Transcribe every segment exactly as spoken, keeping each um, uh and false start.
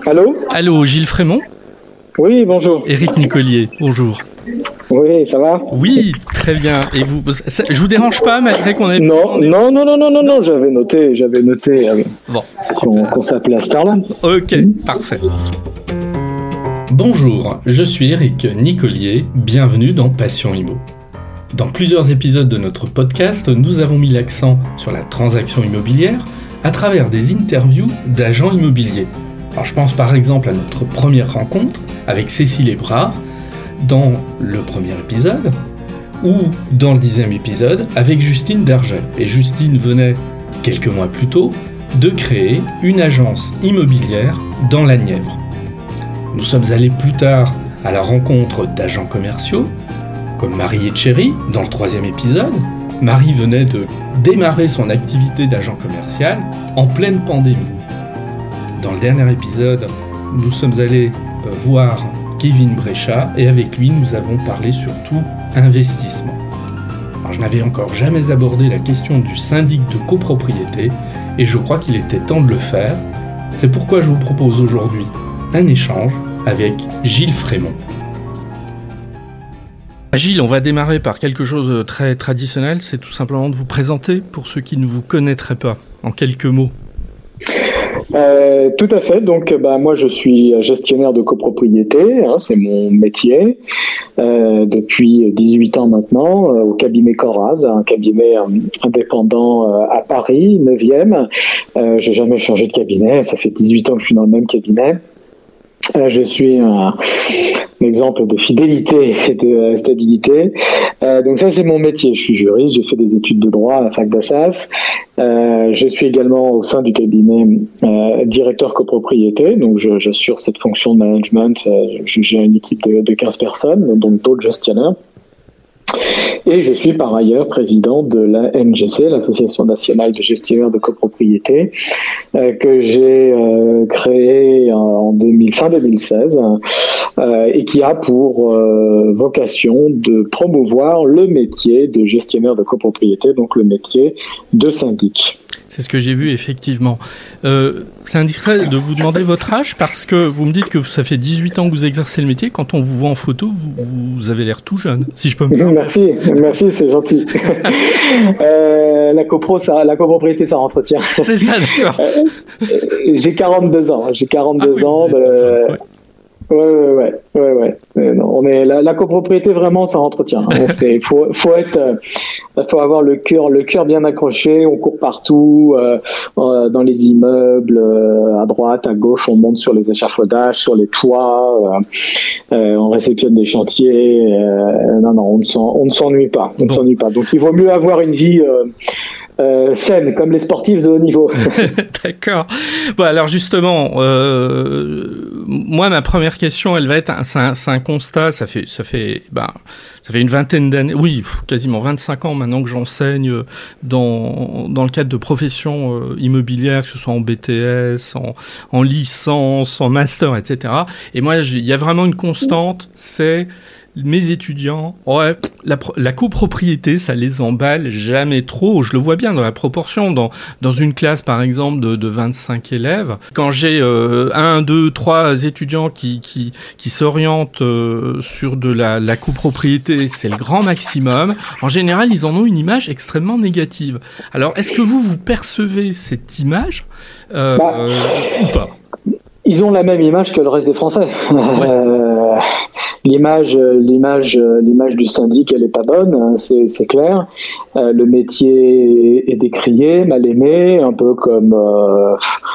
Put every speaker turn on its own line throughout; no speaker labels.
Allô ?
Allô, Gilles Frémont ?
Oui, bonjour.
Éric Nicolier, bonjour.
Oui, ça va ?
Oui, très bien. Et vous, ça, je vous dérange pas malgré qu'on ait...
Non, non, non, non, non, non, non, j'avais noté, j'avais noté euh,
bon,
qu'on, qu'on s'appelait à cette heure-là.
Ok, mmh. Parfait. Bonjour, je suis Éric Nicolier, bienvenue dans Passion Immo. Dans plusieurs épisodes de notre podcast, nous avons mis l'accent sur la transaction immobilière à travers des interviews d'agents immobiliers. Alors, je pense par exemple à notre première rencontre avec Cécile Ebrard dans le premier épisode, ou dans le dixième épisode avec Justine Berger. Et Justine venait, quelques mois plus tôt, de créer une agence immobilière dans la Nièvre. Nous sommes allés plus tard à la rencontre d'agents commerciaux, comme Marie Etchery dans le troisième épisode. Marie venait de démarrer son activité d'agent commercial en pleine pandémie. Dans le dernier épisode, nous sommes allés voir Kevin Bréchat et avec lui, nous avons parlé surtout investissement. Alors, je n'avais encore jamais abordé la question du syndic de copropriété et je crois qu'il était temps de le faire. C'est pourquoi je vous propose aujourd'hui un échange avec Gilles Frémont. Gilles, on va démarrer par quelque chose de très traditionnel, c'est tout simplement de vous présenter pour ceux qui ne vous connaîtraient pas, en quelques mots.
Euh, tout à fait. Donc, bah, moi, je suis gestionnaire de copropriété. Hein, c'est mon métier euh, depuis dix-huit ans maintenant, euh, au cabinet Coraz, un cabinet euh, indépendant euh, à Paris, neuvième. Euh, j'ai jamais changé de cabinet. Ça fait dix-huit ans que je suis dans le même cabinet. Euh, je suis un, un exemple de fidélité et de euh, stabilité. Euh, donc ça, c'est mon métier. Je suis juriste, j'ai fait des études de droit à la fac d'Assas. Euh, je suis également au sein du cabinet euh, directeur copropriété. Donc je, j'assure cette fonction de management. Euh, je gère une équipe de, de quinze personnes, donc d'autres gestionnaires. Et je suis par ailleurs président de la N G C, l'Association nationale de gestionnaires de copropriété, euh, que j'ai euh, créée en deux mille, fin deux mille seize euh, et qui a pour euh, vocation de promouvoir le métier de gestionnaire de copropriété, donc le métier de syndic.
C'est ce que j'ai vu, effectivement. Euh, c'est indiscret de vous demander votre âge parce que vous me dites que ça fait dix-huit ans que vous exercez le métier. Quand on vous voit en photo, vous, vous avez l'air tout jeune, si je peux me permettre.
Merci, merci, c'est gentil. euh, la copro, ça, la copropriété, ça entretient.
C'est ça, d'accord.
Euh, j'ai quarante-deux ans. J'ai quarante-deux
ah, oui,
ans.
De... Ouais.
Ouais, ouais, ouais, ouais, ouais. Euh, non, on est la, la copropriété vraiment, ça entretient. Il faut, faut être, euh, faut avoir le cœur, le cœur bien accroché. On court partout, euh, euh, dans les immeubles, euh, à droite, à gauche. On monte sur les échafaudages, sur les toits. Euh, euh, on réceptionne des chantiers. Euh, non, non, on ne, s'en, on ne s'ennuie pas. On bon. ne s'ennuie pas. Donc, il vaut mieux avoir une vie. Euh, Euh, saine, comme les sportifs de haut niveau.
D'accord. Bon, alors justement, euh, moi, ma première question, elle va être, un, c'est, un, c'est un constat, ça fait, ça fait, bah, ça fait une vingtaine d'années, oui, quasiment vingt-cinq ans maintenant que j'enseigne dans, dans le cadre de professions euh, immobilières, que ce soit en B T S, en, en licence, en master, et cetera. Et moi, il y a vraiment une constante, c'est mes étudiants, ouais, la, la copropriété, ça les emballe jamais trop. Je le vois bien dans la proportion. Dans, dans une classe, par exemple, de, de vingt-cinq élèves, quand j'ai euh, un, deux, trois étudiants qui, qui, qui s'orientent euh, sur de la, la copropriété, c'est le grand maximum. En général, ils en ont une image extrêmement négative. Alors, est-ce que vous, vous percevez cette image euh,
bah,
euh, ou pas ?
Ils ont la même image que le reste des Français. Ouais. Euh, l'image, l'image, l'image du syndic, elle est pas bonne, c'est, c'est clair. Euh, le métier est décrié, mal aimé, un peu comme euh,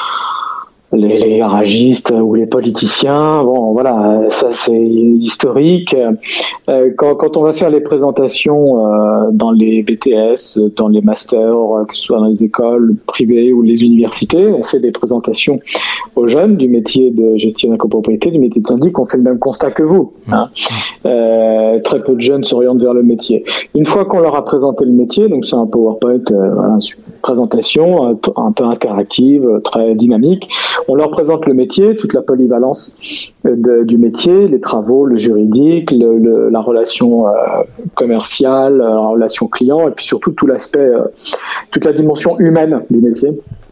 les, les garagistes ou les politiciens. Bon, voilà, ça c'est historique. Euh, quand, quand on va faire les présentations euh, dans les B T S, dans les masters, que ce soit dans les écoles privées ou les universités, on fait des présentations aux jeunes du métier de gestionnaire copropriété, du métier de syndic. On fait le même constat que vous. Hein. Euh, très peu de jeunes s'orientent vers le métier. Une fois qu'on leur a présenté le métier, donc c'est un PowerPoint, euh, voilà, une présentation un, un peu interactive, très dynamique. On leur présente le métier, toute la polyvalence de, du métier, les travaux, le juridique, le, le, la relation euh, commerciale, la relation client, et puis surtout tout l'aspect, euh, toute la dimension humaine du métier.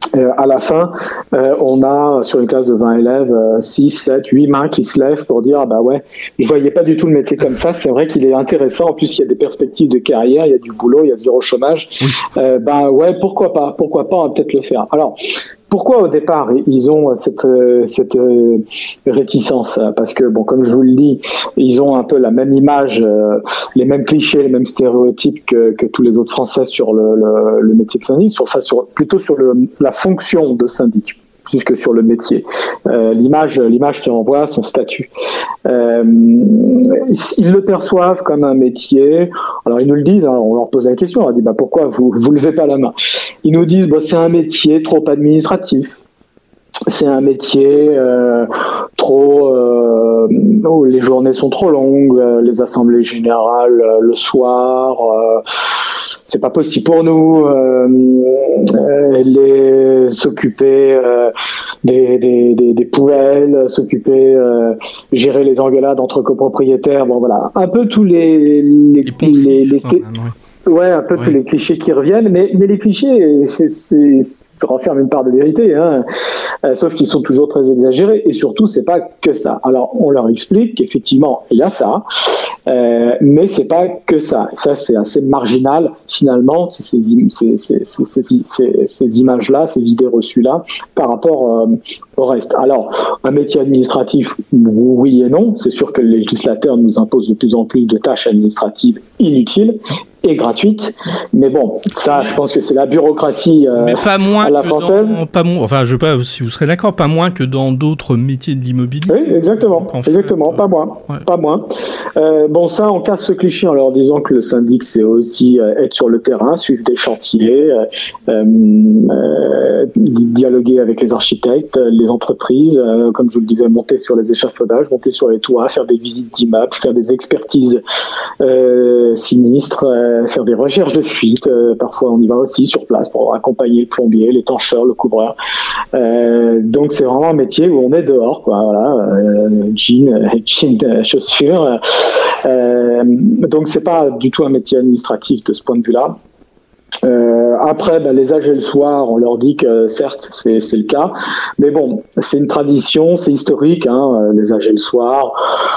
Euh, à la fin, euh, on a sur une classe de vingt élèves, euh, six, sept, huit mains qui se lèvent pour dire ah bah ouais, je voyais pas du tout le métier comme ça, c'est vrai qu'il est intéressant, en plus il y a des perspectives de carrière, il y a du boulot, il y a zéro chômage, oui. euh, bah ouais, pourquoi pas, pourquoi pas, on va peut-être le faire. Alors, pourquoi au départ ils ont cette cette réticence? Parce que bon, comme je vous le dis, ils ont un peu la même image, euh, les mêmes clichés, les mêmes stéréotypes que, que tous les autres Français sur le, le, le métier de syndic, sur, enfin sur plutôt sur le, la fonction de syndic plus que sur le métier. Euh, l'image, l'image qui renvoie son statut. Euh, ils le perçoivent comme un métier. Alors ils nous le disent, hein, on leur pose la question, on leur dit bah pourquoi vous vous levez pas la main? Ils nous disent bah c'est un métier trop administratif. C'est un métier euh, trop euh, où les journées sont trop longues, euh, les assemblées générales euh, le soir. Euh, c'est pas possible pour nous euh, euh, les s'occuper euh, des, des, des, des poubelles, s'occuper euh, gérer les engueulades entre copropriétaires, bon voilà, un peu tous les les, les, poncifs, les, les sté- ouais, un peu ouais. tous les clichés qui reviennent, mais mais les clichés c'est, c'est ça renferme une part de vérité, hein. Euh, sauf qu'ils sont toujours très exagérés et surtout c'est pas que ça. Alors on leur explique qu'effectivement il y a ça, euh, mais c'est pas que ça. Ça c'est assez marginal finalement, c'est ces, ces, ces, ces, ces, ces images-là, ces idées reçues-là par rapport euh, au reste. Alors un métier administratif, oui et non. C'est sûr que le législateur nous impose de plus en plus de tâches administratives inutiles et gratuite, mais bon, ça, je pense que c'est la bureaucratie euh,
mais pas moins
à la française.
Dans, pas moins, enfin, je sais pas si vous serez d'accord, pas moins que dans d'autres métiers de l'immobilier.
Oui, exactement, exactement, fait, pas moins, ouais. pas moins. Euh, bon, ça, on casse ce cliché en leur disant que le syndic, c'est aussi euh, être sur le terrain, suivre des chantiers, euh, euh, dialoguer avec les architectes, les entreprises, euh, comme je vous le disais, monter sur les échafaudages, monter sur les toits, faire des visites d'immeubles, faire des expertises euh, sinistres. Euh, faire des recherches de fuite, euh, parfois on y va aussi sur place pour accompagner le plombier, l'étancheur, le couvreur. Euh, donc c'est vraiment un métier où on est dehors, quoi. Voilà, euh, jean, jean, euh, chaussures. Euh, donc c'est pas du tout un métier administratif de ce point de vue-là. Euh, après, ben, les âges et le soir, on leur dit que certes c'est, c'est le cas, mais bon, c'est une tradition, c'est historique, hein, les âges et le soir.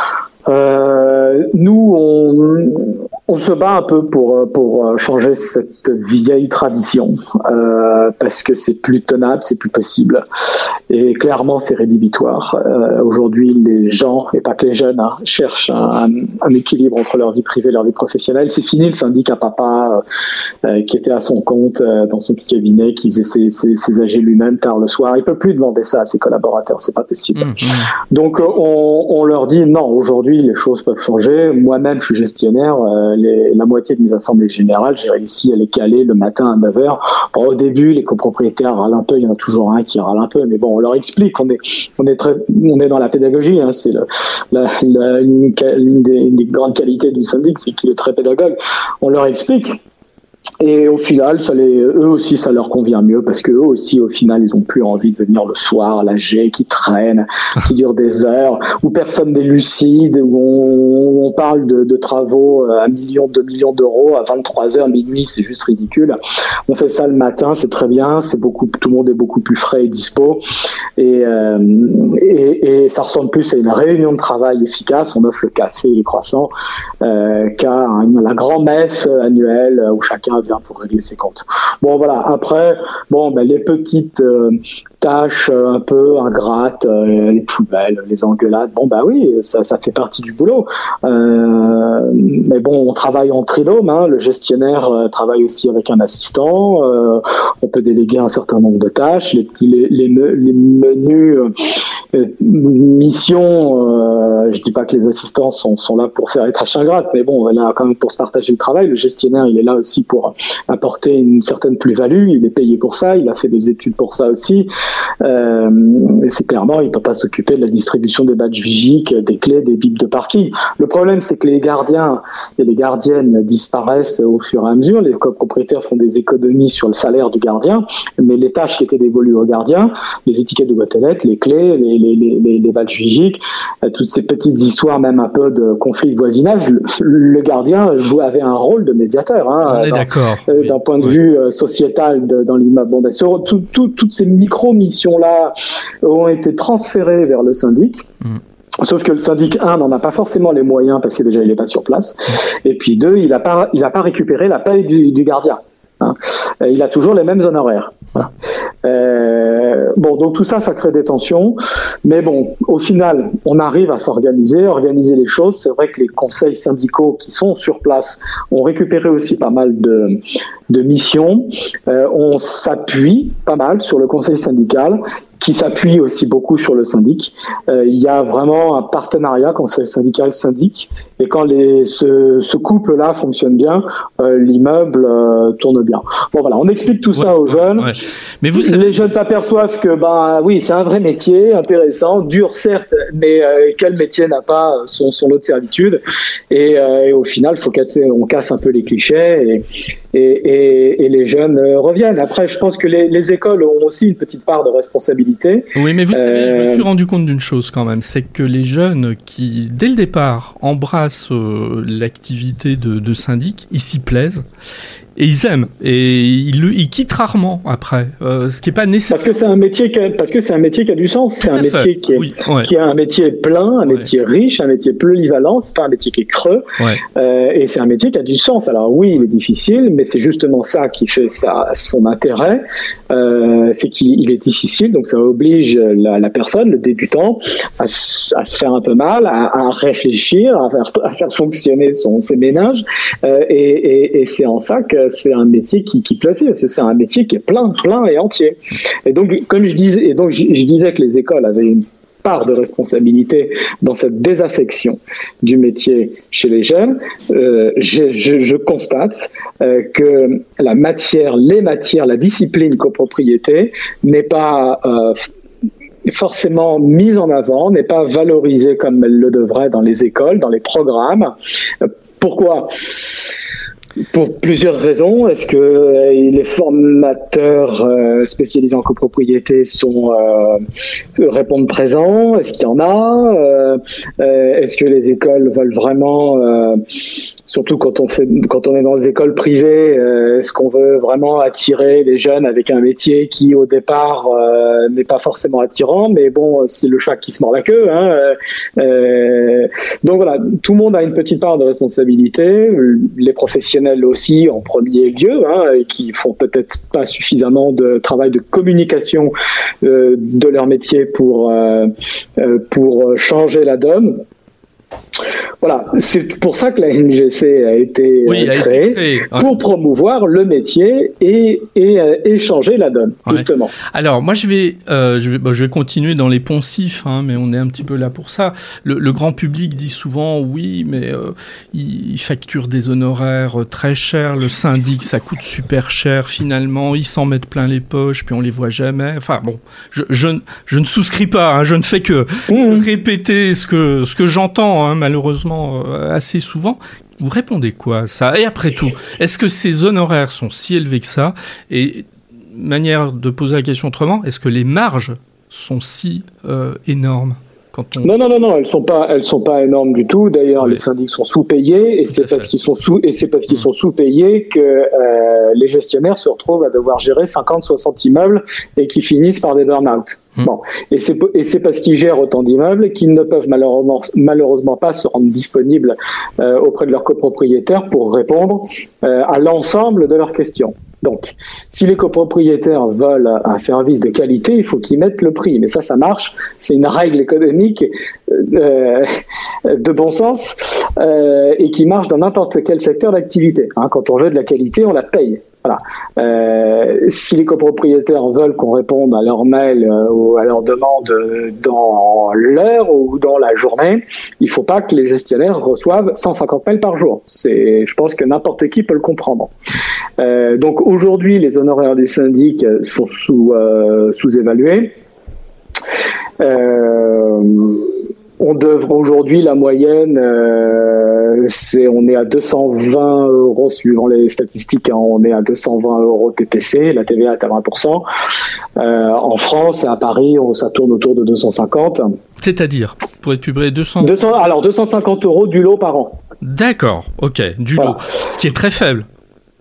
Euh, nous, on, on se bat un peu pour pour changer cette vieille tradition euh, parce que c'est plus tenable, c'est plus possible et clairement c'est rédhibitoire. Euh, aujourd'hui, les gens et pas que les jeunes hein, cherchent un, un équilibre entre leur vie privée et leur vie professionnelle. C'est fini le syndic à papa euh, qui était à son compte euh, dans son petit cabinet, qui faisait ses, ses, ses A G lui-même tard le soir. Il peut plus demander ça à ses collaborateurs, c'est pas possible. Mmh, mmh. Donc on, on leur dit non. Aujourd'hui, les choses peuvent changer. Moi-même, je suis gestionnaire. Euh, les, la moitié de mes assemblées générales, j'ai réussi à les caler le matin à neuf heures. Bon, au début, les copropriétaires râlent un peu. Il y en a toujours un qui râle un peu. Mais bon, on leur explique. On est, on est très, on est dans la pédagogie. Hein. C'est le, la, la, une, une, des, une des grandes qualités du syndic, c'est qu'il est très pédagogue. On leur explique. Et au final, ça les, eux aussi, ça leur convient mieux parce que eux aussi, au final, ils ont plus envie de venir le soir, la G qui traîne, qui dure des heures, où personne n'est lucide, où on, on parle de, de travaux à un million, deux millions d'euros à vingt-trois heures, minuit, c'est juste ridicule. On fait ça le matin, c'est très bien, c'est beaucoup, tout le monde est beaucoup plus frais et dispo, et, euh, et, et ça ressemble plus à une réunion de travail efficace. On offre le café et les croissants euh, qu'à un, la grand-messe annuelle où chacun vient pour régler ses comptes. Bon voilà, après, bon ben les petites euh, tâches euh, un peu ingrates, euh, les poubelles, les engueulades, bon bah oui, ça, ça fait partie du boulot. Euh, mais bon, on travaille en trinôme, hein, le gestionnaire euh, travaille aussi avec un assistant, euh, on peut déléguer un certain nombre de tâches, les, les, les, les menus euh, missions, euh, je dis pas que les assistants sont, sont là pour faire les tâches ingrates, mais bon, là quand même pour se partager le travail, le gestionnaire il est là aussi pour apporter une certaine plus-value, il est payé pour ça, il a fait des études pour ça aussi. Euh, et c'est clairement, il peut pas s'occuper de la distribution des badges vigiques, des clés, des bips de parking. Le problème, c'est que les gardiens et les gardiennes disparaissent au fur et à mesure. Les copropriétaires font des économies sur le salaire du gardien, mais les tâches qui étaient dévolues aux gardiens, les étiquettes de boîte aux lettres, les clés, les, les, les, les badges vigiques, euh, toutes ces petites histoires, même un peu de conflit de voisinage, le, le gardien jouait, avait un rôle de médiateur. Hein,
On est
dans,
D'accord.
Euh,
oui.
d'un point de
oui.
vue euh, sociétal de, dans l'immeuble. Bon, ben, sur, tout, tout, toutes ces micro-missions-là ont été transférées vers le syndic. Mm. Sauf que le syndic, un, n'en a pas forcément les moyens parce que déjà il n'est pas sur place. Mm. Et puis deux, il n'a pas, il a pas récupéré la paye du, du gardien. Hein. Il a toujours les mêmes honoraires. Voilà. Euh, bon, donc tout ça, ça crée des tensions, mais bon, au final, on arrive à s'organiser, organiser les choses. C'est vrai que les conseils syndicaux qui sont sur place ont récupéré aussi pas mal de, de missions. Euh, on s'appuie pas mal sur le conseil syndical, qui s'appuie aussi beaucoup sur le syndic. Euh, il y a vraiment un partenariat conseil syndical-syndic, et quand les, ce, ce couple-là fonctionne bien, euh, l'immeuble euh, tourne bien. Bon voilà, on explique tout ça ouais, aux jeunes. Ouais.
Mais vous savez...
Les jeunes s'aperçoivent que ben oui, c'est un vrai métier, intéressant, dur certes, mais euh, quel métier n'a pas son, son lot de servitude, et, euh, et au final, faut casser, on casse un peu les clichés, et, et, et, et les jeunes euh, reviennent. Après, je pense que les, les écoles ont aussi une petite part de responsabilité.
Oui, mais vous savez, euh... je me suis rendu compte d'une chose quand même, c'est que les jeunes qui, dès le départ, embrassent euh, l'activité de, de syndic, ils s'y plaisent. Et ils aiment, et ils, ils quittent rarement après, euh, ce qui n'est pas nécessaire.
Parce que c'est un métier qui a, parce que c'est un métier qui a du sens, c'est un métier qui est, oui, ouais. qui a un métier plein, un ouais. métier riche, un métier polyvalent, c'est pas un métier qui est creux, ouais. euh, et c'est un métier qui a du sens. Alors oui, il est difficile, mais c'est justement ça qui fait sa, son intérêt, euh, c'est qu'il il est difficile, donc ça oblige la, la personne, le débutant, à, à se faire un peu mal, à, à réfléchir, à faire, à faire fonctionner son, ses ménages, euh, et, et, et c'est en ça que c'est un métier qui, qui plaît, c'est un métier qui est plein, plein et entier. Et donc, comme je disais, et donc je, je disais que les écoles avaient une part de responsabilité dans cette désaffection du métier chez les jeunes. Euh, je, je, je constate euh, que la matière, les matières, la discipline copropriété n'est pas euh, forcément mise en avant, n'est pas valorisée comme elle le devrait dans les écoles, dans les programmes. Euh, pourquoi ? Pour plusieurs raisons. Est-ce que euh, les formateurs euh, spécialisés en copropriété sont euh, répondent présents? Est-ce qu'il y en a? euh, euh, Est-ce que les écoles veulent vraiment, euh, surtout quand on fait, quand on est dans les écoles privées, euh, est-ce qu'on veut vraiment attirer les jeunes avec un métier qui au départ euh, n'est pas forcément attirant, mais bon, c'est le chat qui se mord la queue. Hein, euh, donc voilà, tout le monde a une petite part de responsabilité. Les professionnels aussi en premier lieu, hein, et qui font peut-être pas suffisamment de travail de communication euh, de leur métier pour euh, euh, pour changer la donne. Voilà, c'est pour ça que la N G C a été
oui,
euh,
a
créée,
été créée.
pour promouvoir le métier et, et, euh, et changer la donne, ouais. justement.
Alors, moi, je vais, euh, je vais, bah, je vais continuer dans les poncifs, hein, mais on est un petit peu là pour ça. Le, le grand public dit souvent, oui, mais euh, il, il facture des honoraires très chers, le syndic, ça coûte super cher, finalement, ils s'en mettent plein les poches, puis on les voit jamais. Enfin, bon, je, je, je ne souscris pas, hein, je ne fais que mmh. répéter ce que, ce que j'entends, hein, malheureusement, assez souvent. Vous répondez quoi à ça? Et après tout, est-ce que ces honoraires sont si élevés que ça? Et manière de poser la question autrement, est-ce que les marges sont si euh, énormes? Quand on...
Non, non, non, non, elles sont pas, elles sont pas énormes du tout. D'ailleurs, oui. les syndics sont sous-payés, et c'est parce qu'ils sont sous, et c'est parce qu'ils mmh. sont sous-payés que euh, les gestionnaires se retrouvent à devoir gérer cinquante, soixante immeubles et qui finissent par des burn-out. Mmh. Bon, et c'est et c'est parce qu'ils gèrent autant d'immeubles qu'ils ne peuvent malheureusement malheureusement pas se rendre disponibles euh, auprès de leurs copropriétaires pour répondre euh, à l'ensemble de leurs questions. Donc, si les copropriétaires veulent un service de qualité, il faut qu'ils mettent le prix. Mais ça, ça marche. C'est une règle économique euh, de bon sens euh, et qui marche dans n'importe quel secteur d'activité. Hein, quand on veut de la qualité, on la paye. Voilà. Euh, si les copropriétaires veulent qu'on réponde à leurs mails euh, ou à leurs demandes dans l'heure ou dans la journée, il ne faut pas que les gestionnaires reçoivent cent cinquante mails par jour. C'est, je pense que n'importe qui peut le comprendre. Euh, donc aujourd'hui, les honoraires du syndic sont sous, euh, sous-évalués. Euh, On devrait aujourd'hui, la moyenne, euh, c'est, on est à deux cent vingt euros suivant les statistiques, hein, on est à deux cent vingt euros T T C, la T V A est à vingt pour cent. Euh, en France et à Paris, on, ça tourne autour de deux cent cinquante.
C'est-à-dire, pour être plus près, deux cents...
deux cents alors deux cent cinquante euros du lot par an.
D'accord, ok, du voilà. lot, ce qui est très faible.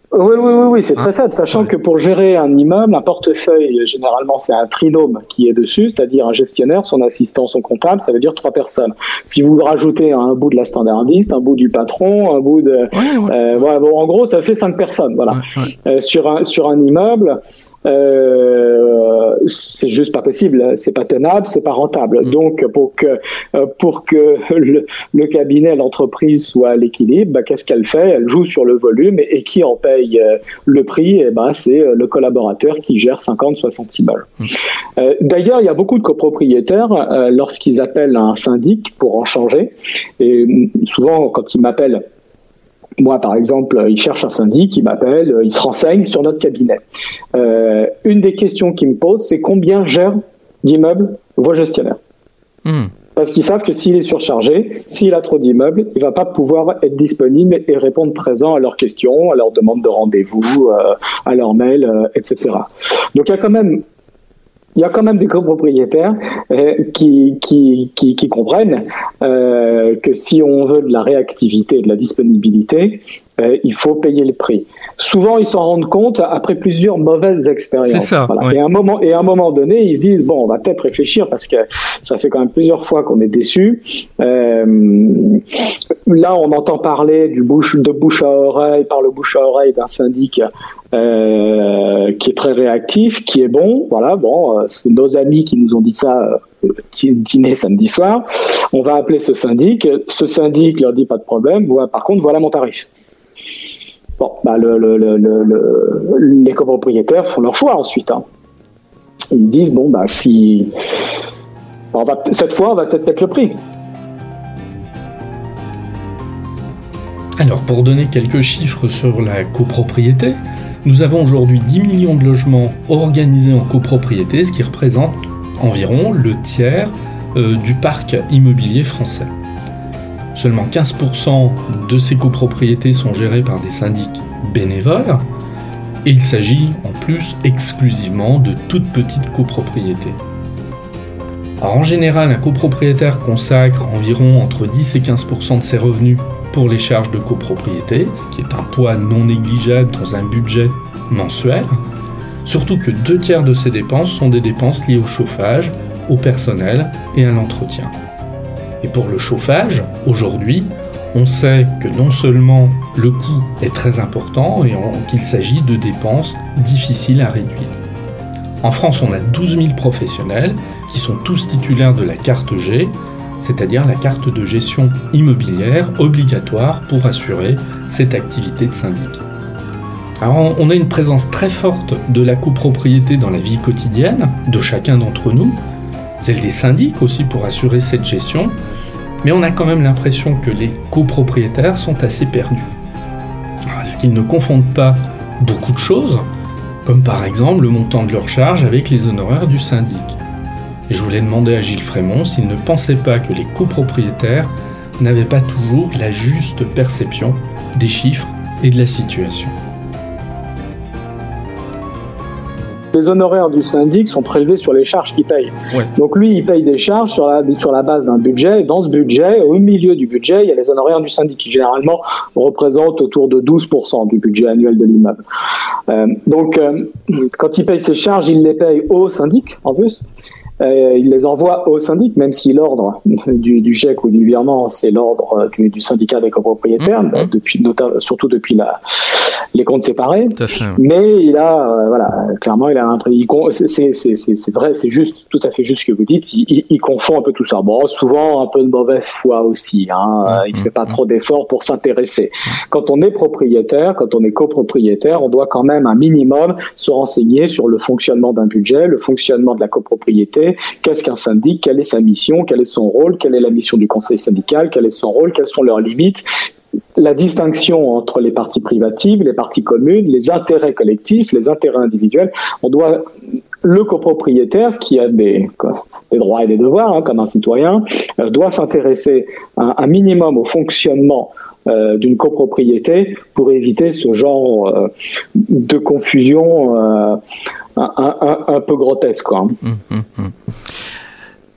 Oui, oui, oui, oui, c'est très simple, sachant que pour gérer un immeuble, un portefeuille, généralement, c'est un trinôme qui est dessus, c'est-à-dire un gestionnaire, son assistant, son comptable, ça veut dire trois personnes. Si vous rajoutez un bout de la standardiste, un bout du patron, un bout de... Ouais, ouais. Euh, voilà, bon, en gros, ça fait cinq personnes, voilà. Ouais, ouais. Euh, sur un, sur un immeuble, euh, c'est juste pas possible, c'est pas tenable, c'est pas rentable. Mmh. Donc, pour que, euh, pour que le, le cabinet, l'entreprise soit à l'équilibre, bah, qu'est-ce qu'elle fait? Elle joue sur le volume, et, et qui en paye le prix, eh ben, c'est le collaborateur qui gère cinquante soixante immeubles. Mmh. Euh, d'ailleurs, il y a beaucoup de copropriétaires, euh, lorsqu'ils appellent un syndic pour en changer, et souvent, quand ils m'appellent, moi, par exemple, ils cherchent un syndic, ils m'appellent, ils se renseignent sur notre cabinet. Euh, une des questions qu'ils me posent, c'est combien gèrent d'immeubles vos gestionnaires? Mmh. Parce qu'ils savent que s'il est surchargé, s'il a trop d'immeubles, il ne va pas pouvoir être disponible et répondre présent à leurs questions, à leurs demandes de rendez-vous, euh, à leurs mails, euh, et cetera. Donc il y a quand même, il y a quand même des copropriétaires euh, qui, qui, qui, qui comprennent euh, que si on veut de la réactivité et de la disponibilité, euh, il faut payer le prix. Souvent, ils s'en rendent compte après plusieurs mauvaises expériences. C'est ça. Voilà. Ouais. Et, à un moment, et à un moment donné, ils se disent, bon, on va peut-être réfléchir parce que ça fait quand même plusieurs fois qu'on est déçus. Euh, là, on entend parler du bouche, de bouche à oreille, par le bouche à oreille d'un syndic euh, qui est très réactif, qui est bon. Voilà, bon, euh, c'est nos amis qui nous ont dit ça euh, dîner samedi soir. On va appeler ce syndic. Ce syndic leur dit pas de problème. Voilà, par contre, voilà mon tarif. Bon, bah le, le, le, le, les copropriétaires font leur choix ensuite. Hein. Ils se disent, bon, bah si... On va, cette fois, on va peut-être mettre le prix.
Alors, pour donner quelques chiffres sur la copropriété, nous avons aujourd'hui dix millions de logements organisés en copropriété, ce qui représente environ le tiers euh, du parc immobilier français. Seulement quinze pour cent de ces copropriétés sont gérées par des syndics bénévoles, et il s'agit en plus exclusivement de toutes petites copropriétés. Alors en général, un copropriétaire consacre environ entre dix et quinze pour cent de ses revenus pour les charges de copropriété, ce qui est un poids non négligeable dans un budget mensuel, surtout que deux tiers de ces dépenses sont des dépenses liées au chauffage, au personnel et à l'entretien. Et pour le chauffage, aujourd'hui, on sait que non seulement le coût est très important et qu'il s'agit de dépenses difficiles à réduire. En France, on a douze mille professionnels qui sont tous titulaires de la carte G, c'est-à-dire la carte de gestion immobilière obligatoire pour assurer cette activité de syndic. Alors, on a une présence très forte de la copropriété dans la vie quotidienne de chacun d'entre nous, celle des syndics aussi pour assurer cette gestion, mais on a quand même l'impression que les copropriétaires sont assez perdus. Est-ce qu'ils ne confondent pas beaucoup de choses, comme par exemple le montant de leur charge avec les honoraires du syndic? Et je voulais demander à Gilles Frémont s'il ne pensait pas que les copropriétaires n'avaient pas toujours la juste perception des chiffres et de la situation.
Les honoraires du syndic sont prélevés sur les charges qu'il paye. Ouais. Donc lui, il paye des charges sur la, sur la base d'un budget. Et dans ce budget, au milieu du budget, il y a les honoraires du syndic qui généralement représentent autour de douze pour cent du budget annuel de l'immeuble. Euh, donc euh, quand il paye ses charges, il les paye au syndic en plus. Euh, il les envoie au syndic, même si l'ordre du, du chèque ou du virement, c'est l'ordre du, du syndicat des copropriétaires, mmh, mmh. depuis, notamment, surtout depuis la, les comptes séparés. Fait, ouais. Mais il a, euh, voilà, clairement, il a un prix. C'est, c'est, c'est, c'est vrai, c'est juste, tout à fait juste ce que vous dites. Il, il, il confond un peu tout ça. Bon, souvent un peu de mauvaise foi aussi. Hein. Mmh, il fait pas mmh. trop d'efforts pour s'intéresser. Quand on est propriétaire, quand on est copropriétaire, on doit quand même un minimum se renseigner sur le fonctionnement d'un budget, le fonctionnement de la copropriété. Qu'est-ce qu'un syndic? Quelle est sa mission? Quel est son rôle? Quelle est la mission du conseil syndical? Quel est son rôle? Quelles sont leurs limites? La distinction entre les parties privatives, les parties communes, les intérêts collectifs, les intérêts individuels. On doit, le copropriétaire qui a des, des droits et des devoirs, hein, comme un citoyen, euh, doit s'intéresser un, un minimum au fonctionnement euh, d'une copropriété pour éviter ce genre euh, de confusion euh, un, un, un peu grotesque, quoi. Mmh, mmh, mmh.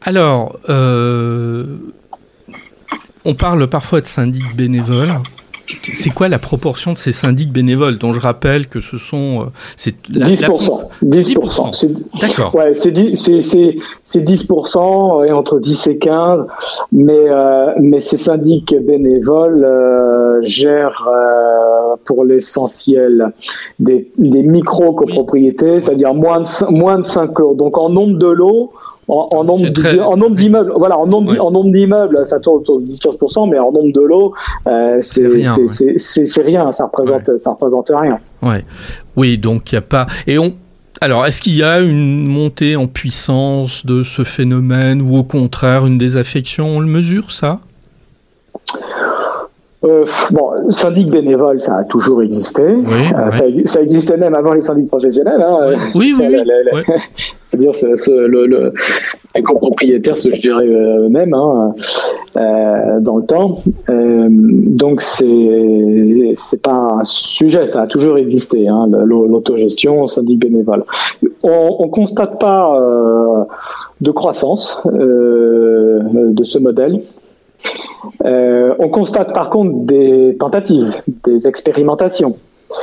Alors, euh, on parle parfois de syndic bénévole. c'est quoi la proportion de ces syndics bénévoles, dont je rappelle que ce sont... C'est la,
dix pour cent. La... dix pour cent. C'est,
D'accord.
Ouais, c'est, c'est, c'est, c'est dix pour cent, et entre dix et quinze, mais, euh, mais ces syndics bénévoles euh, gèrent euh, pour l'essentiel des, des micro-copropriétés, oui. C'est-à-dire moins de, moins de cinq lots. Donc en nombre de lots, En, en, nombre très... en nombre d'immeubles, voilà, en nombre, oui. en nombre d'immeubles, ça tourne autour de dix à quinze pour cent, mais en nombre de lots, euh, c'est, c'est, rien, c'est, ouais. c'est, c'est, c'est rien, ça représente, ouais. ça représente rien.
Ouais. Oui, donc il y a pas. Et on. Alors, est-ce qu'il y a une montée en puissance de ce phénomène, ou au contraire une désaffection? On le mesure, ça?
Euh, bon, syndic bénévole, ça a toujours existé.
Oui,
euh,
ouais.
ça, ça existait même avant les syndics professionnels. Hein.
Ouais. Oui, oui, oui.
La,
ouais.
C'est-à-dire, c'est, c'est, le, le, les copropriétaires se géraient eux-mêmes hein, euh, dans le temps. Euh, donc, c'est c'est pas un sujet, ça a toujours existé, hein, l'autogestion, syndic bénévole. On, on constate pas euh, de croissance euh, de ce modèle. Euh, on constate par contre des tentatives, des expérimentations,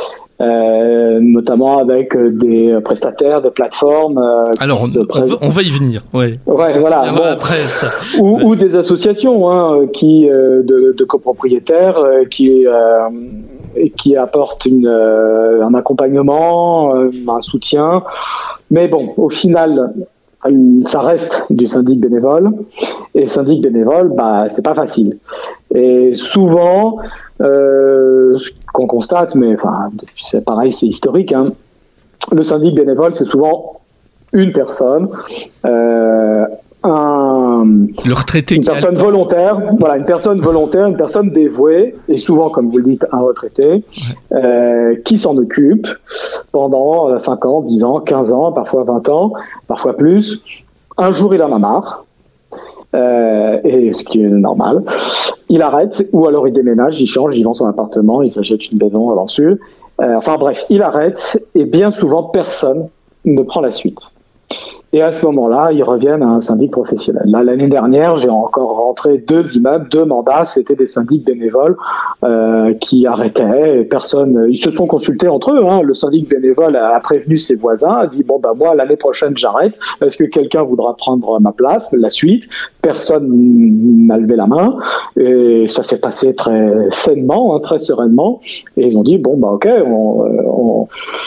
euh, notamment avec des prestataires, des plateformes. Euh,
Alors, on, on, va, on va y venir. Ouais.
Ouais, voilà. Bon,
après ça.
Ou,
ouais.
ou des associations hein, qui euh, de, de copropriétaires euh, qui euh, qui apportent une, euh, un accompagnement, euh, un soutien. Mais bon, au final. Ça reste du syndic bénévole, et syndic bénévole, bah, c'est pas facile. Et souvent, euh, ce qu'on constate, mais enfin, c'est pareil, c'est historique, hein, le syndic bénévole, c'est souvent une personne, euh, un,
le retraité
une personne
a...
volontaire, voilà, une personne volontaire, une personne dévouée, et souvent, comme vous le dites, un retraité, ouais. euh, qui s'en occupe pendant cinq ans, dix ans, quinze ans, parfois vingt ans, parfois plus. Un jour, il en a marre, euh, et ce qui est normal. Il arrête, ou alors il déménage, il change, il vend son appartement, il s'achète une maison à Lançul. Euh, enfin bref, il arrête, et bien souvent, personne ne prend la suite. Et à ce moment-là, ils reviennent à un syndic professionnel. Là, l'année dernière, j'ai encore rentré deux immeubles, deux mandats. C'était des syndics bénévoles euh, qui arrêtaient. Et personne, ils se sont consultés entre eux. Hein. Le syndic bénévole a prévenu ses voisins, a dit bon bah moi l'année prochaine j'arrête. Est-ce que quelqu'un voudra prendre ma place? La suite, personne n'a levé la main. Et ça s'est passé très sainement, hein, très sereinement. Et ils ont dit bon bah ok, on, on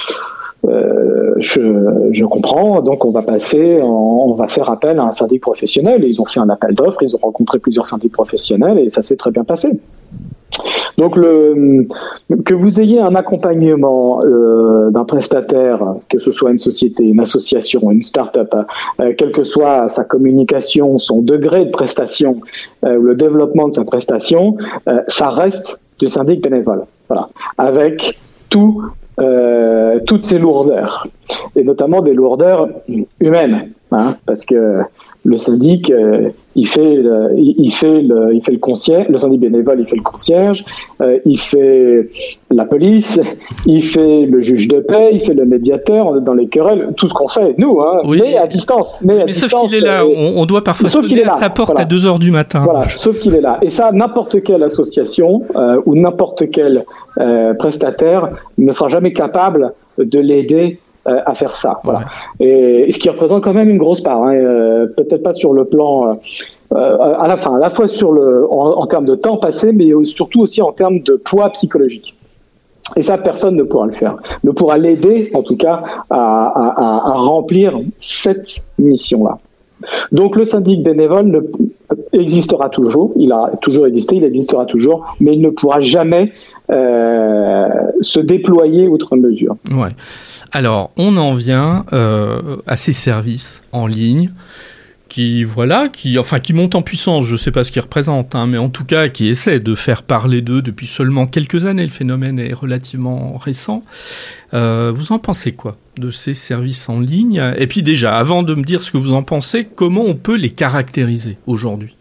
Euh, je, je comprends, donc on va passer, on, on va faire appel à un syndic professionnel. Et ils ont fait un appel d'offres, ils ont rencontré plusieurs syndics professionnels et ça s'est très bien passé. Donc le, que vous ayez un accompagnement euh, d'un prestataire, que ce soit une société, une association, une start-up, euh, quelle que soit sa communication, son degré de prestation, euh, le développement de sa prestation, euh, ça reste du syndic bénévole. Voilà, avec tout Euh, toutes ces lourdeurs, et notamment des lourdeurs humaines, hein, parce que le syndic, euh, il fait, le, il, il fait le, il fait le concierge, le syndic bénévole, il fait le concierge, euh, il fait la police, il fait le juge de paix, il fait le médiateur, on est dans les querelles, tout ce qu'on fait, nous, hein, oui. mais à distance. Mais, à
mais
distance,
sauf qu'il est là, euh, on, on doit parfois sonner à sa porte voilà. à deux heures du matin.
Voilà, sauf qu'il est là. Et ça, n'importe quelle association euh, ou n'importe quel euh, prestataire ne sera jamais capable de l'aider euh, à faire ça. Voilà. Ouais. Et, et ce qui représente quand même une grosse part, hein, euh, peut-être pas sur le plan... Euh, à la fin, à la fois sur le, en, en termes de temps passé, mais surtout aussi en termes de poids psychologique. Et ça, personne ne pourra le faire. Ne pourra l'aider, en tout cas, à, à, à remplir cette mission-là. Donc le syndic bénévole ne, existera toujours, il a toujours existé, il existera toujours, mais il ne pourra jamais euh, se déployer outre mesure.
Ouais. Alors, on en vient euh, à ces services en ligne qui, voilà, qui, enfin, qui montent en puissance. Je ne sais pas ce qu'ils représentent, hein, mais en tout cas, qui essaient de faire parler d'eux depuis seulement quelques années. Le phénomène est relativement récent. Euh, vous en pensez quoi de ces services en ligne? Et puis déjà, avant de me dire ce que vous en pensez, comment on peut les caractériser aujourd'hui?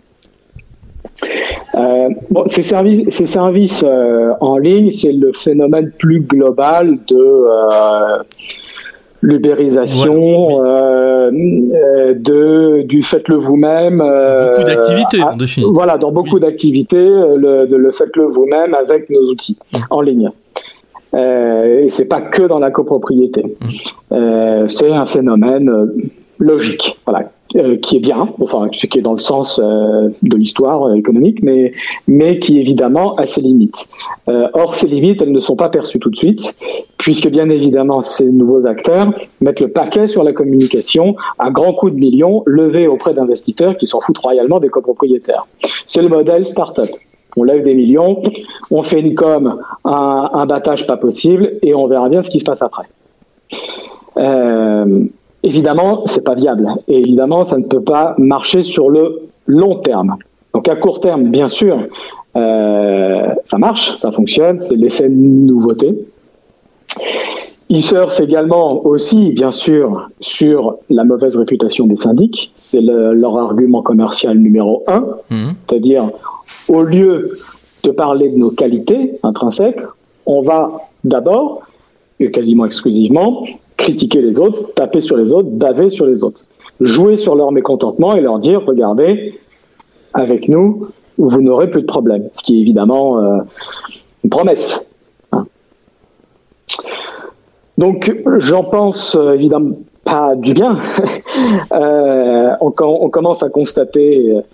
Euh, bon, ces services, ces services euh, en ligne, c'est le phénomène plus global de euh, l'ubérisation, ouais, oui. euh, euh, de du faites-le vous-même. Euh,
beaucoup d'activités,
à,
en définitive.
Voilà, dans beaucoup
oui.
d'activités, le, de le faites-le vous-même avec nos outils mmh. en ligne. Euh, et c'est pas que dans la copropriété. Mmh. Euh, c'est un phénomène euh, logique, voilà, euh, qui est bien, enfin, ce qui est dans le sens euh, de l'histoire euh, économique, mais mais qui évidemment a ses limites. Euh, or, ces limites, elles ne sont pas perçues tout de suite, puisque bien évidemment, ces nouveaux acteurs mettent le paquet sur la communication à grands coups de millions levés auprès d'investisseurs qui s'en foutent royalement des copropriétaires. C'est le modèle start-up. On lève des millions, on fait une com, un, un battage pas possible, et on verra bien ce qui se passe après. Euh, évidemment, c'est pas viable. Et évidemment, ça ne peut pas marcher sur le long terme. Donc à court terme, bien sûr, euh, ça marche, ça fonctionne, c'est l'effet nouveauté. Ils surfent également aussi, bien sûr, sur la mauvaise réputation des syndics. C'est le, leur argument commercial numéro un, mmh. c'est-à-dire au lieu de parler de nos qualités intrinsèques, on va d'abord, et quasiment exclusivement, critiquer les autres, taper sur les autres, baver sur les autres, jouer sur leur mécontentement et leur dire, regardez, avec nous, vous n'aurez plus de problème. Ce qui est évidemment euh, une promesse. Hein. Donc, j'en pense euh, évidemment pas du bien. euh, on, on commence à constater euh,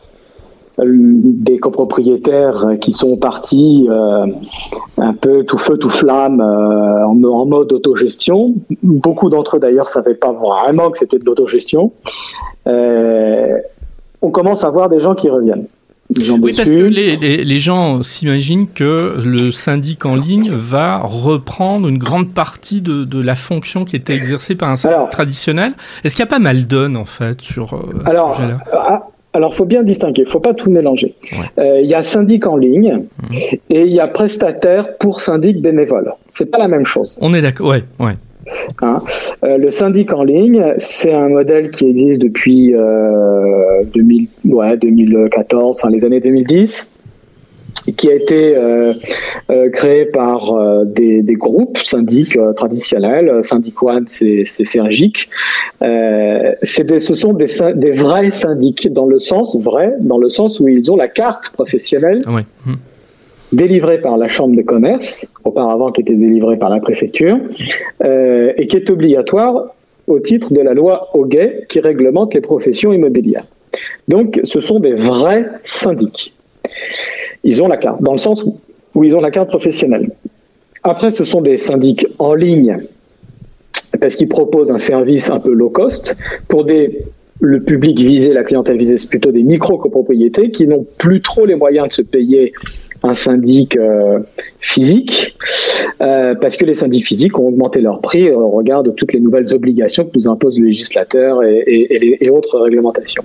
des copropriétaires qui sont partis euh, un peu tout feu tout flamme euh, en, en mode autogestion. Beaucoup d'entre eux d'ailleurs savaient pas vraiment que c'était de l'autogestion. Euh, on commence à voir des gens qui reviennent.
Oui, parce que les, les, les gens s'imaginent que le syndic en ligne va reprendre une grande partie de, de la fonction qui était exercée par un syndic alors, traditionnel. Est-ce qu'il n'y a pas mal donne en fait sur euh,
alors, ce sujet-là ? Ah, Alors, il faut bien distinguer, il ne faut pas tout mélanger. Il ouais. euh, y a syndic en ligne mmh. et il y a prestataire pour syndic bénévole. Ce n'est pas la même chose.
On est d'accord, ouais, ouais.
Hein euh, le syndic en ligne, c'est un modèle qui existe depuis euh, deux mille, ouais, deux mille quatorze, enfin les années deux mille dix, qui a été euh, euh, créé par euh, des, des groupes syndics euh, traditionnels. Syndic One, c'est, c'est Syngic. Euh, c'est des, ce sont des, des vrais syndics, dans le sens vrai, dans le sens où ils ont la carte professionnelle
ouais. mmh.
délivrée par la Chambre de commerce, auparavant qui était délivrée par la préfecture, euh, et qui est obligatoire au titre de la loi Hoguet qui réglemente les professions immobilières. Donc, ce sont des vrais syndics. Ils ont la carte, dans le sens où ils ont la carte professionnelle. Après, ce sont des syndics en ligne, parce qu'ils proposent un service un peu low cost pour des, le public visé, la clientèle visée, c'est plutôt des micro-copropriétés qui n'ont plus trop les moyens de se payer un syndic euh, physique, euh, parce que les syndics physiques ont augmenté leur prix au regard de toutes les nouvelles obligations que nous impose le législateur et, et, et, les, et autres réglementations.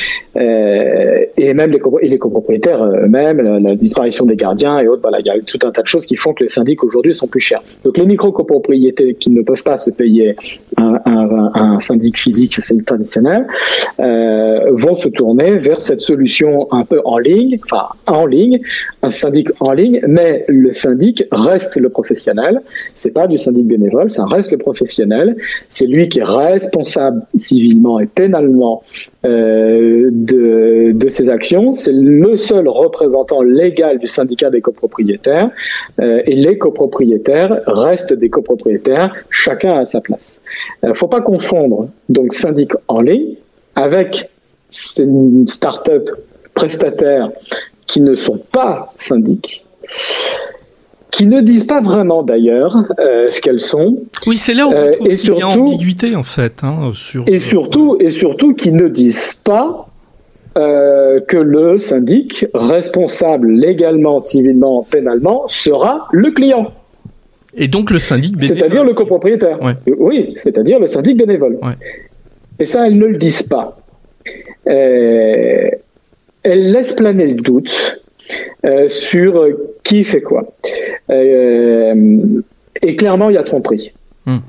Euh, et même les, et les copropriétaires eux-mêmes, la, la disparition des gardiens et autres, voilà, il y a tout un tas de choses qui font que les syndics aujourd'hui sont plus chers. Donc les micro-copropriétés qui ne peuvent pas se payer un, un, un syndic physique, syndic traditionnel, euh, vont se tourner vers cette solution un peu en ligne, enfin en ligne, un syndic en ligne, mais le syndic reste le professionnel. C'est pas du syndic bénévole, ça reste le professionnel. C'est lui qui est responsable civilement et pénalement euh, de, de ses actions. C'est le seul représentant légal du syndicat des copropriétaires euh, et les copropriétaires restent des copropriétaires, chacun à sa place. Il euh, ne faut pas confondre donc syndic en ligne avec une start-up prestataire qui ne sont pas syndics, qui ne disent pas vraiment d'ailleurs euh, ce qu'elles sont.
Oui, c'est là où euh, et surtout, il y a ambiguïté en fait. Hein, sur,
et surtout, et surtout, qui ne disent pas euh, que le syndic responsable légalement, civilement, pénalement sera le client.
Et donc le syndic bénévole.
C'est-à-dire le copropriétaire.
Ouais.
Oui, c'est-à-dire le syndic bénévole.
Ouais.
Et ça, elles ne le disent pas. Euh, elles laissent planer le doute euh, sur qui fait quoi. Euh, et clairement, il y a tromperie.
Mmh, mmh.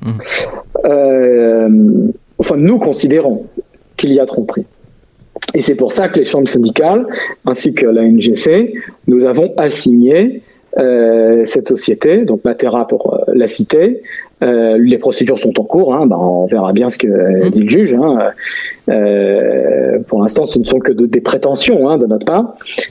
Euh, enfin, nous considérons qu'il y a tromperie. Et c'est pour ça que les chambres syndicales, ainsi que la N G C, nous avons assigné euh, cette société, donc Matera pour euh, la citer. Euh, les procédures sont en cours, hein, bah, on verra bien ce que euh, dit le juge. Hein. Euh, pour l'instant, ce ne sont que de, des prétentions hein, de notre part.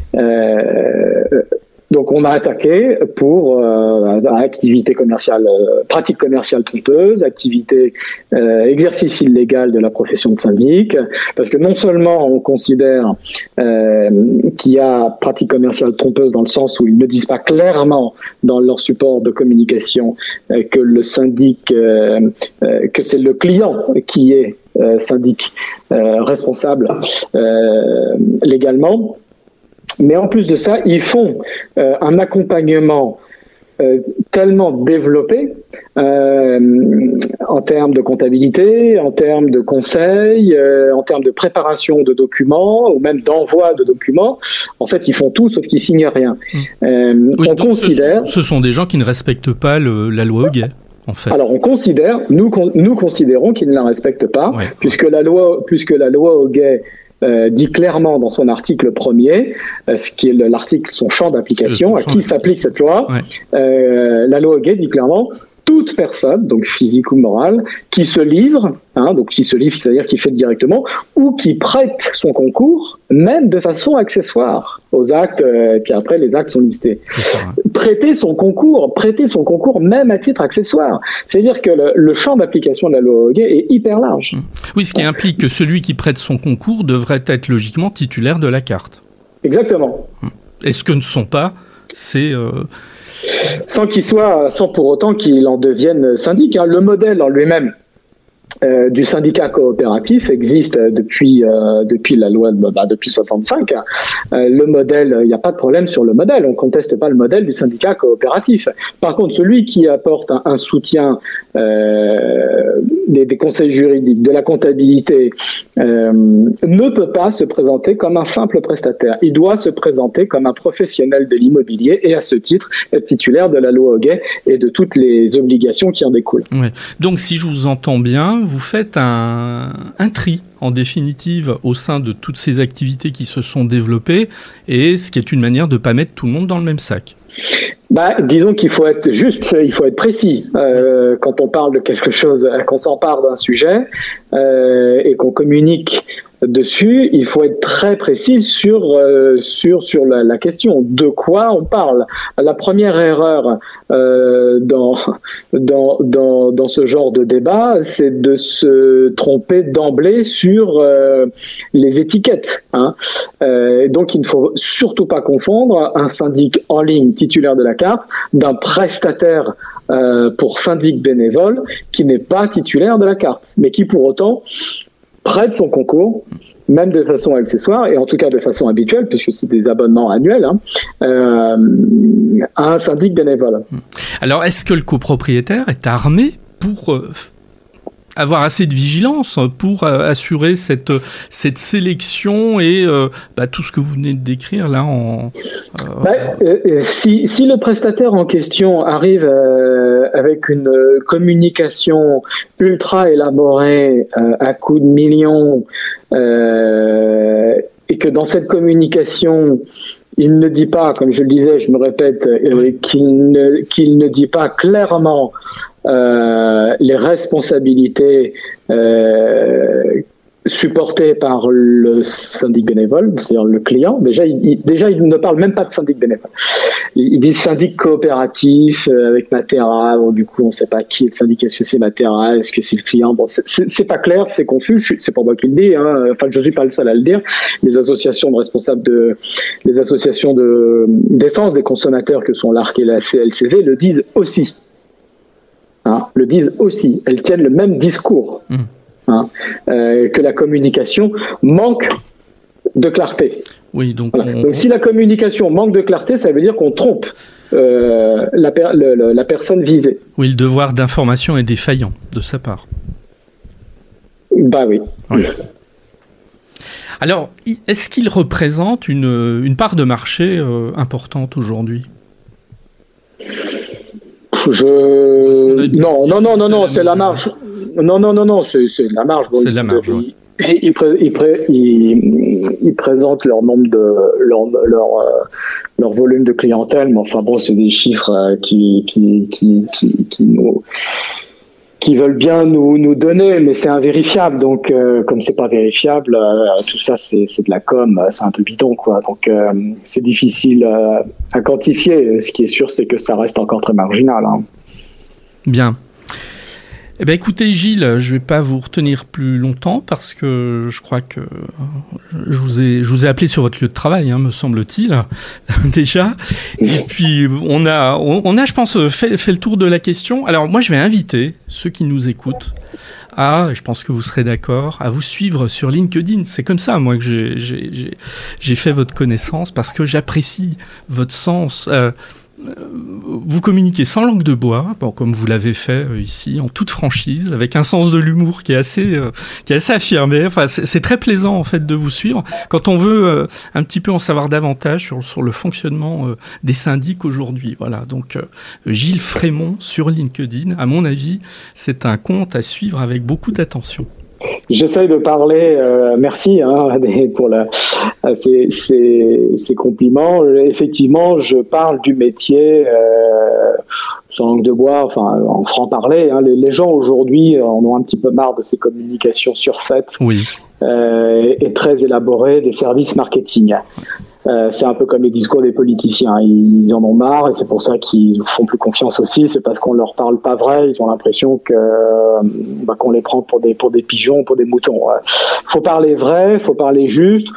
Euh, donc on a attaqué pour euh, activité commerciale, euh, pratique commerciale trompeuse, activité, euh, exercice illégal de la profession de syndic, parce que non seulement on considère euh, qu'il y a pratique commerciale trompeuse dans le sens où ils ne disent pas clairement dans leur support de communication euh, que le syndic, euh, euh, que c'est le client qui est euh, syndic euh, responsable euh, légalement. Mais en plus de ça, ils font euh, un accompagnement euh, tellement développé euh, en termes de comptabilité, en termes de conseils, euh, en termes de préparation de documents ou même d'envoi de documents. En fait, ils font tout sauf qu'ils signent rien. Euh,
oui,
on considère.
Ce sont, ce sont des gens qui ne respectent pas le, la loi Hoguet. En fait.
Alors on considère, nous, nous considérons qu'ils ne la respectent pas, ouais. puisque la loi, puisque la loi Hoguet Euh, dit clairement dans son article premier, euh, ce qui est le, l'article, son champ d'application, son à champ qui s'applique cette loi, ouais. euh, la loi Hoguet dit clairement toute personne, donc physique ou morale, qui se livre, hein, donc qui se livre, c'est-à-dire qui fait directement, ou qui prête son concours, même de façon accessoire aux actes, euh, et puis après les actes sont listés. Ça, ouais. Prêter son concours, prêter son concours même à titre accessoire. C'est-à-dire que le, le champ d'application de la loi Hoguet est hyper large.
Oui, ce qui ouais. implique que celui qui prête son concours devrait être logiquement titulaire de la carte.
Exactement.
Et ce que ne sont pas, c'est... Euh...
Sans qu'il soit, sans pour autant qu'il en devienne syndic. Hein. Le modèle en lui-même euh, du syndicat coopératif existe depuis euh, depuis la loi de, bah, depuis soixante-cinq. Hein. Euh, le modèle, il n'y a pas de problème sur le modèle. On conteste pas le modèle du syndicat coopératif. Par contre, celui qui apporte un, un soutien euh, des, des conseils juridiques, de la comptabilité, euh, ne peut pas se présenter comme un simple prestataire. Il doit se présenter comme un professionnel de l'immobilier et à ce titre être titulaire de la loi Hoguet et de toutes les obligations qui en découlent.
Ouais. Donc, si je vous entends bien, vous faites un, un tri, en définitive, au sein de toutes ces activités qui se sont développées, et ce qui est une manière de ne pas mettre tout le monde dans le même sac.
Bah, disons qu'il faut être juste, il faut être précis euh, quand on parle de quelque chose, qu'on s'empare d'un sujet euh, et qu'on communique dessus, il faut être très précis sur euh, sur sur la, la question de quoi on parle. La première erreur euh, dans dans dans dans ce genre de débat, c'est de se tromper d'emblée sur euh, les étiquettes. Hein. Euh, donc, il ne faut surtout pas confondre un syndic en ligne titulaire de la carte d'un prestataire euh, pour syndic bénévole qui n'est pas titulaire de la carte, mais qui pour autant prête son concours, même de façon accessoire, et en tout cas de façon habituelle, puisque c'est des abonnements annuels, hein, euh, à un syndic bénévole.
Alors, est-ce que le copropriétaire est armé pour euh, avoir assez de vigilance pour euh, assurer cette, cette sélection et euh, bah, tout ce que vous venez de décrire là en... Euh,
bah, euh, si, si le prestataire en question arrive euh, avec une communication ultra élaborée euh, à coups de millions euh, et que dans cette communication il ne dit pas, comme je le disais, je me répète, euh, qu'il ne, qu'il ne dit pas clairement Euh, les responsabilités euh, supportées par le syndic bénévole, c'est-à-dire le client. Déjà, il, il, déjà, il ne parle même pas de syndic bénévole. Il, il dit syndic coopératif euh, avec Matera. Bon, du coup, on ne sait pas qui est le syndic. Est-ce que c'est Matera? Est-ce que c'est le client? Bon, c'est, c'est, c'est pas clair, c'est confus. Je, c'est pas moi qui le dis. Hein. Enfin, je suis pas le seul à le dire. Les associations de responsables de, les associations de défense des consommateurs que sont l'A R C et la C L C V le disent aussi. Hein, le disent aussi, elles tiennent le même discours, mmh. hein, euh, que la communication manque de clarté.
Oui, donc,
voilà.
on...
donc si la communication manque de clarté, ça veut dire qu'on trompe euh, la, per- le, le, la personne visée.
Oui, le devoir d'information est défaillant de sa part.
Bah oui.
oui. Alors, est-ce qu'il représente une, une part de marché euh, importante aujourd'hui ?
Je... Non, non, non, non, non, c'est la marge. Non, non, non, non, c'est, c'est la marge. Bon,
c'est de la marge, oui.
Ils, pré- ils, pré- ils, ils présentent leur nombre de leur leur, euh, leur volume de clientèle, mais enfin bon, c'est des chiffres euh, qui, qui qui qui qui nous qui veulent bien nous nous donner, mais c'est invérifiable. Donc euh, comme c'est pas vérifiable, euh, tout ça c'est c'est de la com, c'est un peu bidon quoi. Donc euh, c'est difficile euh, à quantifier. Ce qui est sûr, c'est que ça reste encore très marginal. Hein.
Bien. Eh bien, écoutez, Gilles, je ne vais pas vous retenir plus longtemps parce que je crois que je vous ai, je vous ai appelé sur votre lieu de travail, hein, me semble-t-il, déjà. Et puis, on a, on a, je pense, fait, fait le tour de la question. Alors, moi, je vais inviter ceux qui nous écoutent à, je pense que vous serez d'accord, à vous suivre sur LinkedIn. C'est comme ça, moi, que j'ai, j'ai, j'ai, j'ai fait votre connaissance parce que j'apprécie votre sens. Euh, Vous communiquez sans langue de bois, bon, comme vous l'avez fait euh, ici, en toute franchise, avec un sens de l'humour qui est assez, euh, qui est assez affirmé. Enfin, c'est, c'est très plaisant en fait de vous suivre quand on veut euh, un petit peu en savoir davantage sur, sur le fonctionnement euh, des syndics aujourd'hui. Voilà. Donc, euh, Gilles Frémont sur LinkedIn, à mon avis, c'est un compte à suivre avec beaucoup d'attention.
J'essaye de parler, euh, merci hein, pour la, ces, ces, ces compliments. Effectivement, je parle du métier euh, sans langue de bois, enfin en franc-parler. Hein. Les, les gens aujourd'hui en ont un petit peu marre de ces communications surfaites
Oui.
euh, et très élaborées des services marketing. Euh, c'est un peu comme les discours des politiciens. Ils en ont marre et c'est pour ça qu'ils font plus confiance aussi. C'est parce qu'on leur parle pas vrai. Ils ont l'impression que bah, qu'on les prend pour des pour des pigeons, pour des moutons. Ouais. Faut parler vrai, faut parler juste.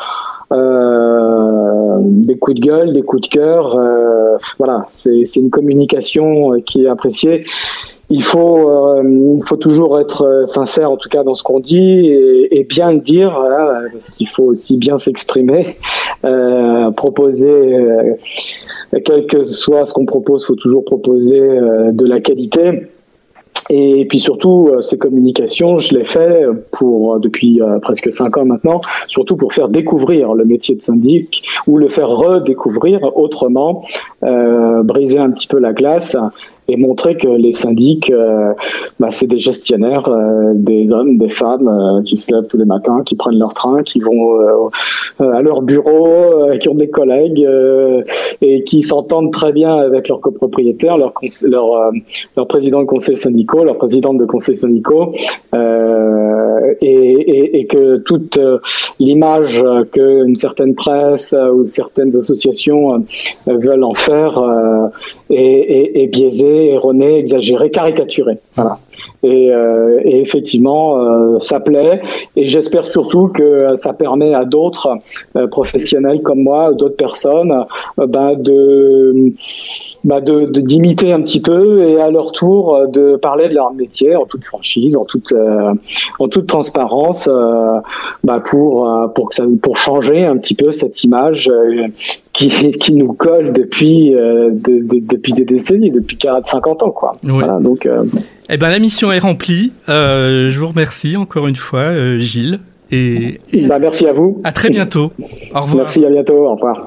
Euh, des coups de gueule, des coups de cœur. Euh, voilà, c'est c'est une communication qui est appréciée. Il faut, euh, faut toujours être sincère, en tout cas dans ce qu'on dit, et, et bien le dire, voilà, parce qu'il faut aussi bien s'exprimer, euh, proposer, euh, quel que soit ce qu'on propose, faut toujours proposer euh, de la qualité. Et puis surtout, ces communications, je les fais pour depuis euh, presque cinq ans maintenant, surtout pour faire découvrir le métier de syndic ou le faire redécouvrir autrement, euh, briser un petit peu la glace et montrer que les syndics, euh, bah, c'est des gestionnaires, euh, des hommes, des femmes euh, qui se lèvent tous les matins, qui prennent leur train, qui vont euh, à leur bureau, euh, qui ont des collègues euh, et qui s'entendent très bien avec leurs copropriétaires, leurs leur, euh, leur président de conseil syndicaux, leurs présidentes de conseils syndicaux, euh, et, et, et que toute euh, l'image qu'une certaine presse euh, ou certaines associations euh, veulent en faire euh, est, est, est biaisée, erronée, exagérée, caricaturée. Voilà. Et, euh, et effectivement, euh, ça plaît. Et j'espère surtout que ça permet à d'autres euh, professionnels comme moi, d'autres personnes, euh, ben de, ben de, de d'imiter un petit peu et à leur tour de parler de leur métier en toute franchise, en toute euh, en toute transparence, euh, ben pour pour que ça pour changer un petit peu cette image euh, qui qui nous colle depuis euh, de, de, depuis des décennies, depuis quarante cinquante ans quoi.
Oui.
Voilà, donc euh,
Eh ben, la mission est remplie. Euh, je vous remercie encore une fois, euh, Gilles. Et, et
bah, merci à vous.
À très bientôt. Au revoir.
Merci, à bientôt. Au revoir.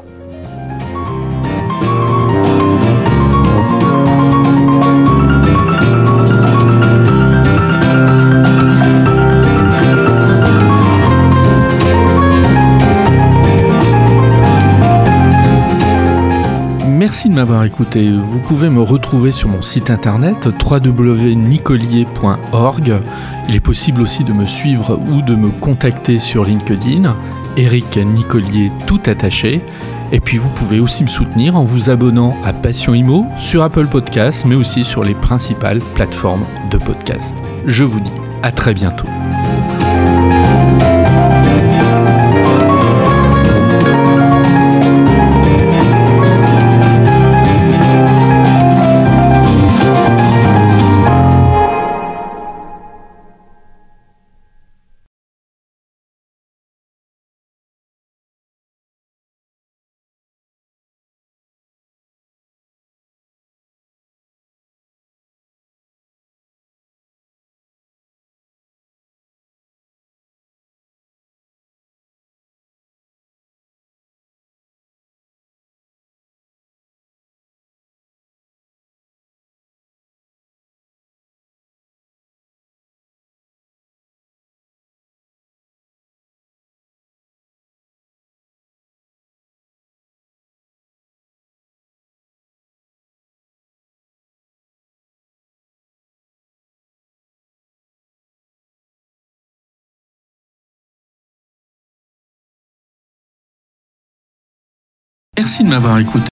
Merci de m'avoir écouté. Vous pouvez me retrouver sur mon site internet w w w point nicolier point org. Il est possible aussi de me suivre ou de me contacter sur LinkedIn, Éric Nicolier tout attaché. Et puis vous pouvez aussi me soutenir en vous abonnant à Passion Immo sur Apple Podcasts, mais aussi sur les principales plateformes de podcast. Je vous dis à très bientôt. Merci de m'avoir écouté.